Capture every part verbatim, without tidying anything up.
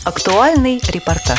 Актуальный репортаж.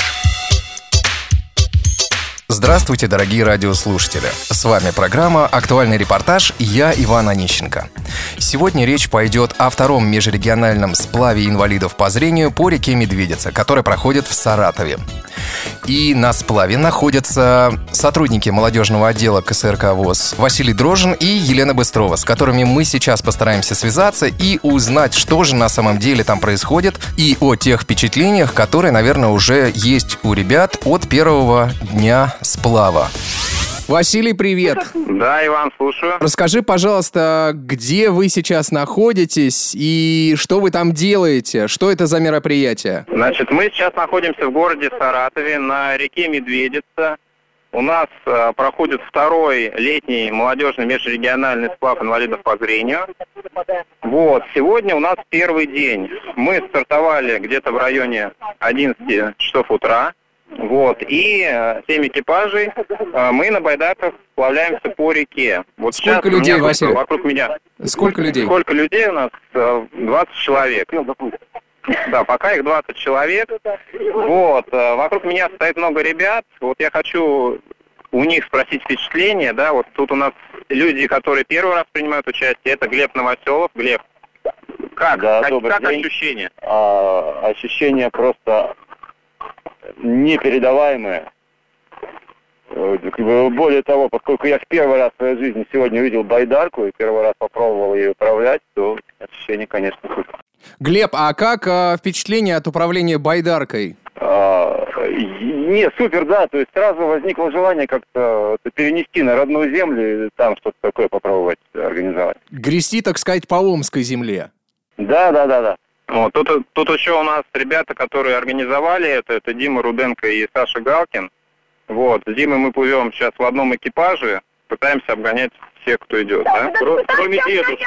Здравствуйте, дорогие радиослушатели! С вами программа «Актуальный репортаж», я Иван Онищенко. Сегодня речь пойдет о втором межрегиональном сплаве инвалидов по зрению по реке Медведица, который проходит в Саратове. И на сплаве находятся сотрудники молодежного отдела ка эс эр ка ВОС Василий Дрожжин и Елена Быстрова, с которыми мы сейчас постараемся связаться и узнать, что же на самом деле там происходит, и о тех впечатлениях, которые, наверное, уже есть у ребят от первого дня сплава. Василий, привет! Да, Иван, слушаю. Расскажи, пожалуйста, где вы сейчас находитесь и что вы там делаете? Что это за мероприятие? Значит, мы сейчас находимся в городе Саратове на реке Медведица. У нас э, проходит второй летний молодежный межрегиональный сплав инвалидов по зрению. Вот, сегодня у нас первый день. Мы стартовали где-то в районе одиннадцати часов утра. Вот, и э, семь экипажей, э, мы на байдарках сплавляемся по реке. Вот Сколько людей, меня, Василий? Вокруг меня. Сколько людей? Сколько людей у нас? Э, двадцать человек. Да, пока их двадцать человек. Вот, э, вокруг меня стоит много ребят. Вот я хочу у них спросить впечатление, да, вот тут у нас люди, которые первый раз принимают участие, это Глеб Новоселов. Глеб, как, да, как, как день. ощущения? А, ощущения просто непередаваемые. Более того, поскольку я в первый раз в своей жизни сегодня увидел байдарку и первый раз попробовал ее управлять, то ощущение, конечно, супер. Глеб, а как а, впечатление от управления байдаркой? А, не, супер, да, то есть сразу возникло желание как-то перенести на родную землю и там что-то такое попробовать организовать. Грести, так сказать, по омской земле. Да, да, да, да. Вот, тут, тут еще у нас ребята, которые организовали это, это Дима Руденко и Саша Галкин. Вот, с Димой мы плывем сейчас в одном экипаже, пытаемся обгонять всех, кто идет, да? Кро- кроме дедушки.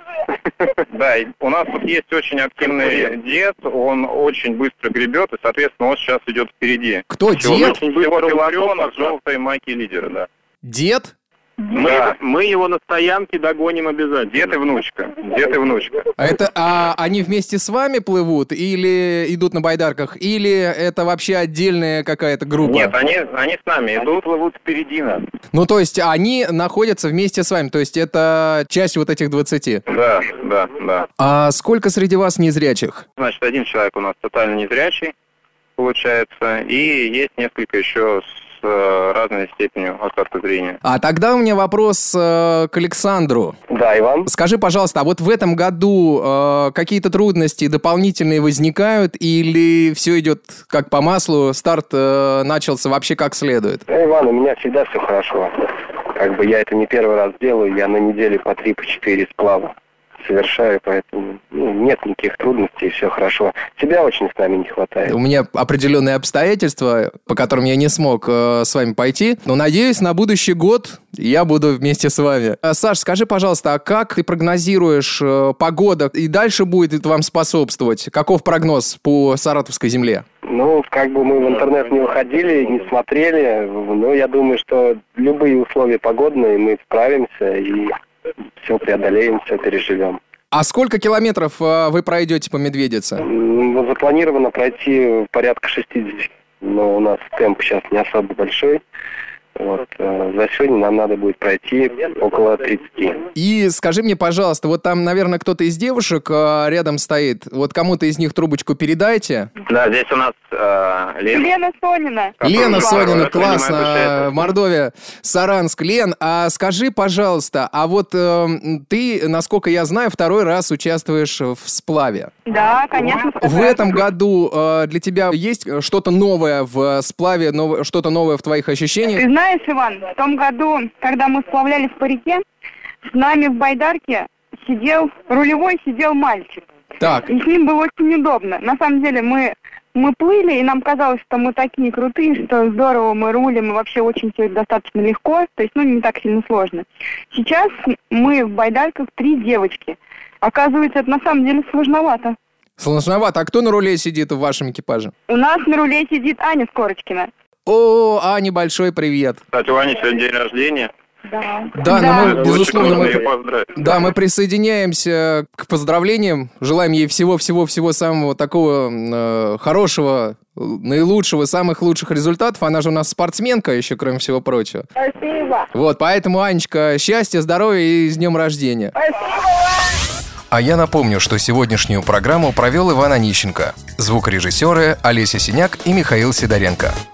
Да, у нас тут есть очень активный дед, он очень быстро гребет, и, соответственно, он сейчас идет впереди. Кто, Всего- дед? Всего пилотона, желтой майки лидера, да. Дед? Мы, Да. мы его на стоянке догоним обязательно. Дед и внучка. Дед и внучка. А это, а они вместе с вами плывут или идут на байдарках, или это вообще отдельная какая-то группа? Нет, они, они с нами идут. плывут впереди нас. Ну, то есть они находятся вместе с вами, то есть это часть вот этих двадцати. Да, да, да. А сколько среди вас незрячих? Значит, один человек у нас тотально незрячий, получается, и есть несколько еще с э, разной степенью остатка зрения. А тогда у меня вопрос э, к Александру. Да, Иван. Скажи, пожалуйста, а вот в этом году э, какие-то трудности дополнительные возникают или все идет как по маслу, старт э, начался вообще как следует? Ну, Иван, у меня всегда все хорошо. Как бы я это не первый раз делаю, я на неделе по три, по четыре сплава совершаю, поэтому ну, нет никаких трудностей, все хорошо. Тебя очень с нами не хватает. У меня определенные обстоятельства, по которым я не смог э, с вами пойти, но надеюсь, на будущий год я буду вместе с вами. А, Саш, скажи, пожалуйста, а как ты прогнозируешь э, погода и дальше будет это вам способствовать? Каков прогноз по Саратовской земле? Ну, как бы мы в интернет не выходили, не смотрели, но я думаю, что любые условия погодные мы справимся и все преодолеем, все переживем. А сколько километров э, вы пройдете по Медведице? М, Запланировано пройти порядка шестидесяти, но у нас темп сейчас не особо большой. Вот, э, за сегодня нам надо будет пройти около тридцати. И скажи мне, пожалуйста, вот там, наверное, кто-то из девушек э, рядом стоит. Вот кому-то из них трубочку передайте. Да, здесь у нас э, Лена. Лена Сонина. Лена которая Сонина, принимает классно. участие. Мордовия, Саранск. Лен, а скажи, пожалуйста, а вот э, ты, насколько я знаю, второй раз участвуешь в сплаве. Да, конечно. В этом году э, для тебя есть что-то новое в сплаве, нов- что-то новое в твоих Ты ощущениях? знаешь, Иван, в том году, когда мы сплавлялись по реке, с нами в байдарке сидел, рулевой сидел мальчик. Так, И с ним было очень удобно. На самом деле мы, мы плыли, и нам казалось, что мы такие крутые, что здорово мы рулим, и вообще очень все это достаточно легко, то есть, ну, не так сильно сложно. Сейчас мы в байдарках три девочки. Оказывается, это на самом деле сложновато. сложновато. А кто на руле сидит в вашем экипаже? У нас на руле сидит Аня Скорочкина. О, Ане большой привет. Кстати, у Ани сегодня день рождения. Да. Да, но мы, Да, безусловно, мы, очень круто, я поздравляю. да, мы присоединяемся к поздравлениям. Желаем ей всего-всего-всего самого такого э, хорошего, наилучшего, самых лучших результатов. Она же у нас спортсменка еще, кроме всего прочего. Спасибо. Вот, поэтому, Анечка, счастья, здоровья и с днем рождения. Спасибо. А я напомню, что сегодняшнюю программу провел Иван Онищенко. Звукорежиссеры Олеся Синяк и Михаил Сидоренко.